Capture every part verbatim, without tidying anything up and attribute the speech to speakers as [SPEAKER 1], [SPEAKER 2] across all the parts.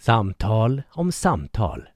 [SPEAKER 1] Samtal om samtal.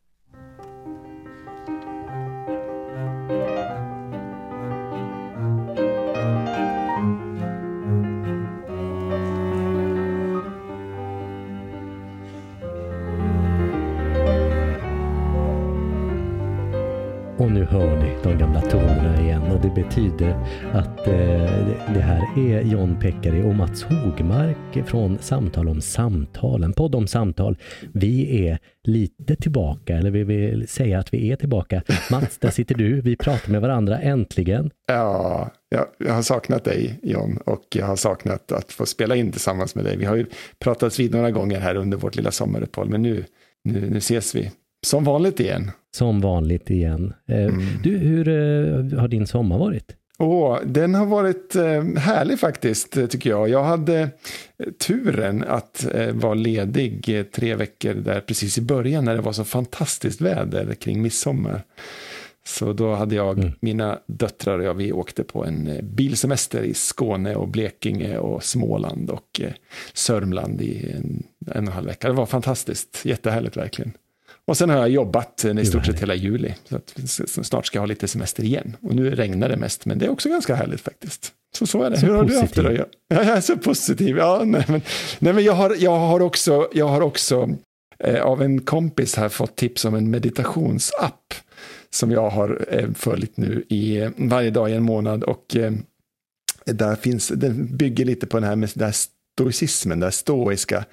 [SPEAKER 1] Och nu hör ni de gamla tonerna igen, och det betyder att eh, det här är John Pekkari och Mats Hogmark från Samtal om samtalen, podd om samtal. Vi är lite tillbaka, eller vi vill säga att vi är tillbaka. Mats, där sitter du, vi pratar med varandra äntligen.
[SPEAKER 2] Ja, jag, jag har saknat dig, John, och jag har saknat att få spela in tillsammans med dig. Vi har ju pratats vid några gånger här under vårt lilla sommaruppehåll, men nu, nu, nu ses vi. Som vanligt igen.
[SPEAKER 1] Som vanligt igen. Mm. Du, hur uh, har din sommar varit?
[SPEAKER 2] Åh, den har varit uh, härlig faktiskt, tycker jag. Jag hade turen att uh, vara ledig uh, tre veckor där precis i början när det var så fantastiskt väder kring midsommar. Så då hade jag, mm. mina döttrar och jag, vi åkte på en uh, bilsemester i Skåne och Blekinge och Småland och uh, Sörmland i en, en och en halv vecka. Det var fantastiskt, jättehärligt verkligen. Och sen har jag jobbat i stort sett hela juli. Så att snart ska jag ha lite semester igen. Och nu regnar det mest, men det är också ganska härligt faktiskt. Så så är det. Så hur har positiv. Du haft det då? Ja, jag är så positiv. Ja, nej, men, nej, men jag, har, jag har också, jag har också eh, av en kompis här fått tips om en meditationsapp som jag har eh, följt nu i varje dag i en månad. Och eh, där finns, den bygger lite på den här med det här stoicismen, den stoiska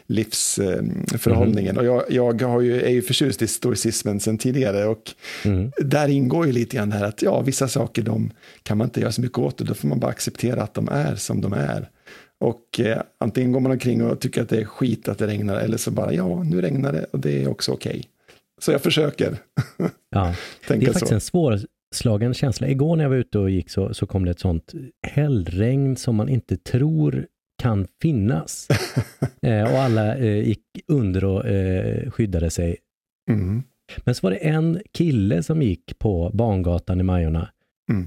[SPEAKER 2] livsförhållningen. Mm. Och jag, jag har ju, är ju förtjust i stoicismen sedan tidigare, och mm. där ingår ju lite grann det här att ja, vissa saker de kan man inte göra så mycket åt, och då får man bara acceptera att de är som de är. Och eh, antingen går man omkring och tycker att det är skit att det regnar, eller så bara ja, nu regnar det och det är också okej. Okay. Så jag försöker.
[SPEAKER 1] Ja, det är faktiskt så. En svår slagen känsla. Igår när jag var ute och gick så, så kom det ett sånt hällregn som man inte tror kan finnas. eh, och alla eh, gick under och eh, skyddade sig. Mm. Men så var det en kille som gick på Bangatan i Majorna. Mm.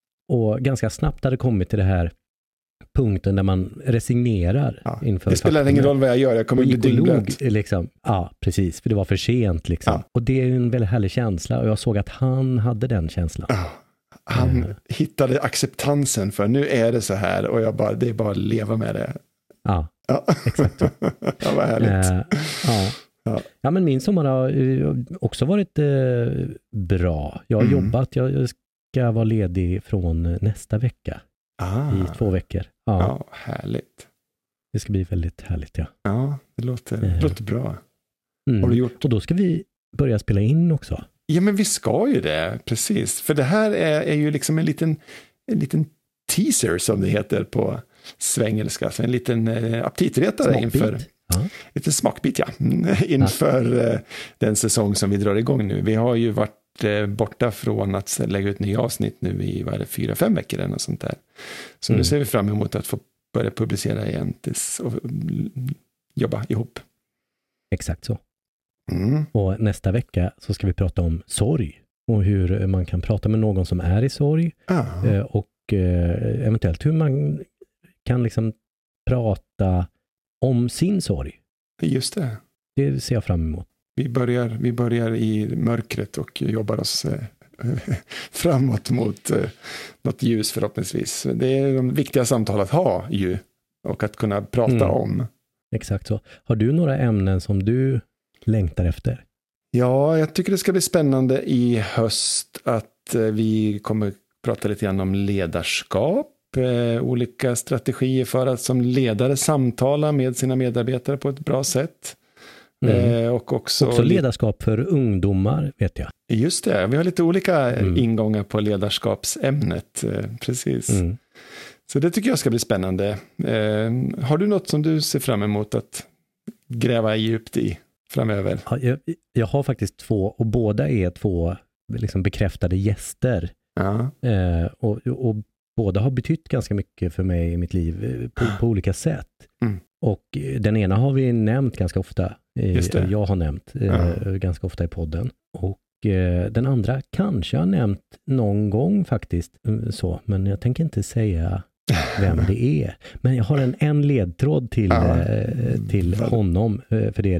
[SPEAKER 1] Och ganska snabbt hade kommit till det här punkten där man resignerar. Ja, inför
[SPEAKER 2] det spelar faktorn. Ingen roll vad jag gör, jag kommer bli dyngblöt.
[SPEAKER 1] Liksom. Ja, precis. För det var för sent. Liksom. Ja. Och det är en väldigt härlig känsla. Och jag såg att han hade den känslan.
[SPEAKER 2] Ja. Han mm. hittade acceptansen för nu är det så här, och jag bara, det är bara att leva med det.
[SPEAKER 1] Ja, ja. Exakt.
[SPEAKER 2] Ja, vad härligt. Uh,
[SPEAKER 1] ja. Ja. ja, men min sommar har också varit eh, bra. Jag har mm. jobbat, jag ska vara ledig från nästa vecka. Ah. I två veckor. Ja.
[SPEAKER 2] Ja, härligt.
[SPEAKER 1] Det ska bli väldigt härligt, ja.
[SPEAKER 2] Ja, det låter, uh. låter bra.
[SPEAKER 1] Mm. Har du gjort? Och då ska vi börja spela in också.
[SPEAKER 2] Ja, men vi ska ju det, precis. För det här är, är ju liksom en liten, en liten teaser som det heter på svengelska. Så en liten eh, aptitretare smakbit. inför... Ja. Lite smakbit, ja. inför ja. Eh, den säsong som vi drar igång nu. Vi har ju varit eh, borta från att lägga ut nya avsnitt nu i vad är det, fyra, fem veckor eller något sånt där. Så mm. nu ser vi fram emot att få börja publicera igen tills, och jobba ihop.
[SPEAKER 1] Exakt så. Mm. Och nästa vecka så ska vi prata om sorg och hur man kan prata med någon som är i sorg ah. eh, och eh, eventuellt hur man kan liksom prata om sin sorg.
[SPEAKER 2] Just det.
[SPEAKER 1] Det ser jag fram emot.
[SPEAKER 2] Vi börjar, vi börjar i mörkret och jobbar oss eh, framåt mot eh, något ljus förhoppningsvis. Det är de viktiga samtal att ha ju, och att kunna prata mm. om.
[SPEAKER 1] Exakt så. Har du några ämnen som du längtar efter?
[SPEAKER 2] Ja, jag tycker det ska bli spännande i höst att eh, vi kommer prata lite grann om ledarskap, eh, olika strategier för att som ledare samtala med sina medarbetare på ett bra sätt. Mm. Eh, och också,
[SPEAKER 1] också ledarskap för ungdomar, vet jag.
[SPEAKER 2] Just det, vi har lite olika mm. ingångar på ledarskapsämnet, eh, precis. Mm. Så det tycker jag ska bli spännande. Eh, har du något som du ser fram emot att gräva djupt i framöver?
[SPEAKER 1] Ja, jag, jag har faktiskt två, och båda är två liksom bekräftade gäster. Ja. Eh, och, och båda har betytt ganska mycket för mig i mitt liv på, på olika sätt. Mm. Och den ena har vi nämnt ganska ofta. Eh, jag har nämnt eh, ja. ganska ofta i podden. Och eh, den andra kanske jag har nämnt någon gång faktiskt. Så, men jag tänker inte säga vem det är. Men jag har en, en ledtråd till, ja. eh, till honom, eh, för det är det.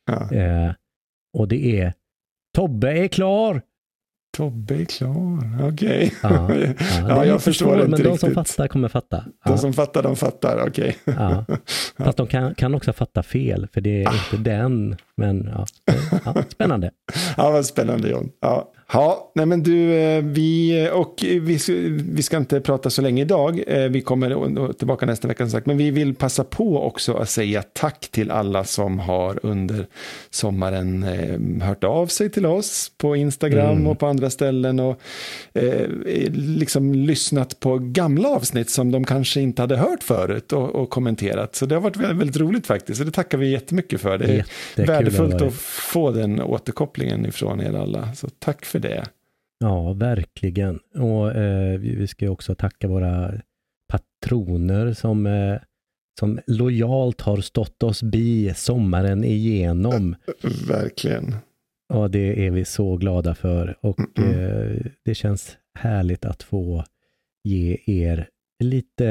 [SPEAKER 2] Ja.
[SPEAKER 1] Eh, och det är Tobbe är klar!
[SPEAKER 2] Tobbe är klar, okej. Okay.
[SPEAKER 1] Ja, ja,
[SPEAKER 2] ja, jag förstår svår, inte
[SPEAKER 1] men
[SPEAKER 2] riktigt.
[SPEAKER 1] De som fattar kommer fatta.
[SPEAKER 2] De
[SPEAKER 1] ja.
[SPEAKER 2] som fattar, de fattar, okej. Okay.
[SPEAKER 1] Ja. Fast de kan, kan också fatta fel, för det är ah. inte den. Men ja, ja, spännande.
[SPEAKER 2] Ja, vad spännande, John. Ja. Ja, nej men du, vi, och vi, vi ska inte prata så länge idag. Vi kommer tillbaka nästa vecka som sagt. Men vi vill passa på också att säga tack till alla som har under sommaren eh, hört av sig till oss på Instagram mm. och på andra ställen. Och eh, liksom lyssnat på gamla avsnitt som de kanske inte hade hört förut och, och kommenterat. Så det har varit väldigt, väldigt roligt faktiskt. Så det tackar vi jättemycket för. Det är Jättekul värdefullt att få den återkopplingen ifrån er alla. Så tack för det.
[SPEAKER 1] Ja, verkligen. Och eh, vi ska också tacka våra patroner som, eh, som lojalt har stått oss bi sommaren igenom.
[SPEAKER 2] Verkligen.
[SPEAKER 1] Ja, det är vi så glada för. Och eh, det känns härligt att få ge er lite,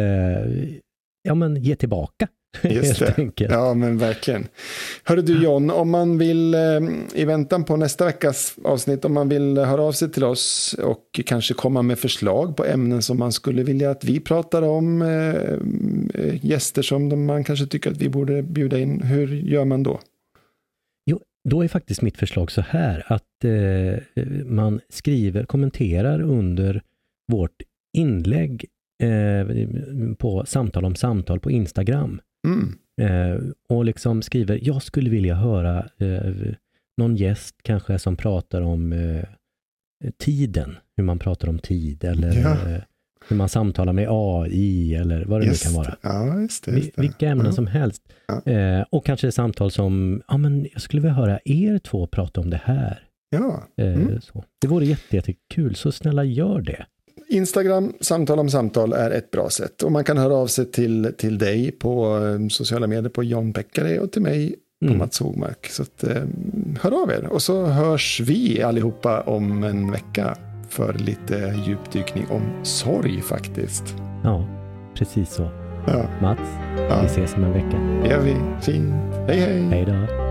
[SPEAKER 1] ja men ge tillbaka.
[SPEAKER 2] Just det. Ja, men verkligen. Hörru du John, om man vill i väntan på nästa veckas avsnitt, om man vill höra av sig till oss och kanske komma med förslag på ämnen som man skulle vilja att vi pratar om, äh, gäster som man kanske tycker att vi borde bjuda in, hur gör man då?
[SPEAKER 1] Jo, då är faktiskt mitt förslag så här att eh, man skriver, kommenterar under vårt inlägg eh, på Samtal om samtal på Instagram.
[SPEAKER 2] Mm.
[SPEAKER 1] Eh, och liksom skriver, jag skulle vilja höra eh, någon gäst kanske som pratar om eh, tiden, hur man pratar om tid eller ja. eh, hur man samtalar med A I eller vad det just, nu kan vara.
[SPEAKER 2] Ja, just det, just det.
[SPEAKER 1] Vilka ämnen
[SPEAKER 2] ja.
[SPEAKER 1] som helst.
[SPEAKER 2] Ja.
[SPEAKER 1] Eh, och kanske samtal som, ja men jag skulle vilja höra er två prata om det här.
[SPEAKER 2] Ja. Mm.
[SPEAKER 1] Eh, så. Det vore jätte, jättekul, så snälla gör det.
[SPEAKER 2] Instagram, samtal om samtal är ett bra sätt. Och man kan höra av sig till, till dig på sociala medier på John Pekkari och till mig på mm. Mats Hogmark. Så att, eh, hör av er. Och så hörs vi allihopa om en vecka för lite djupdykning om sorg faktiskt.
[SPEAKER 1] Ja, precis så.
[SPEAKER 2] Ja.
[SPEAKER 1] Mats, ja. vi ses om en vecka.
[SPEAKER 2] Det gör vi. Fint. Hej hej.
[SPEAKER 1] Hej då.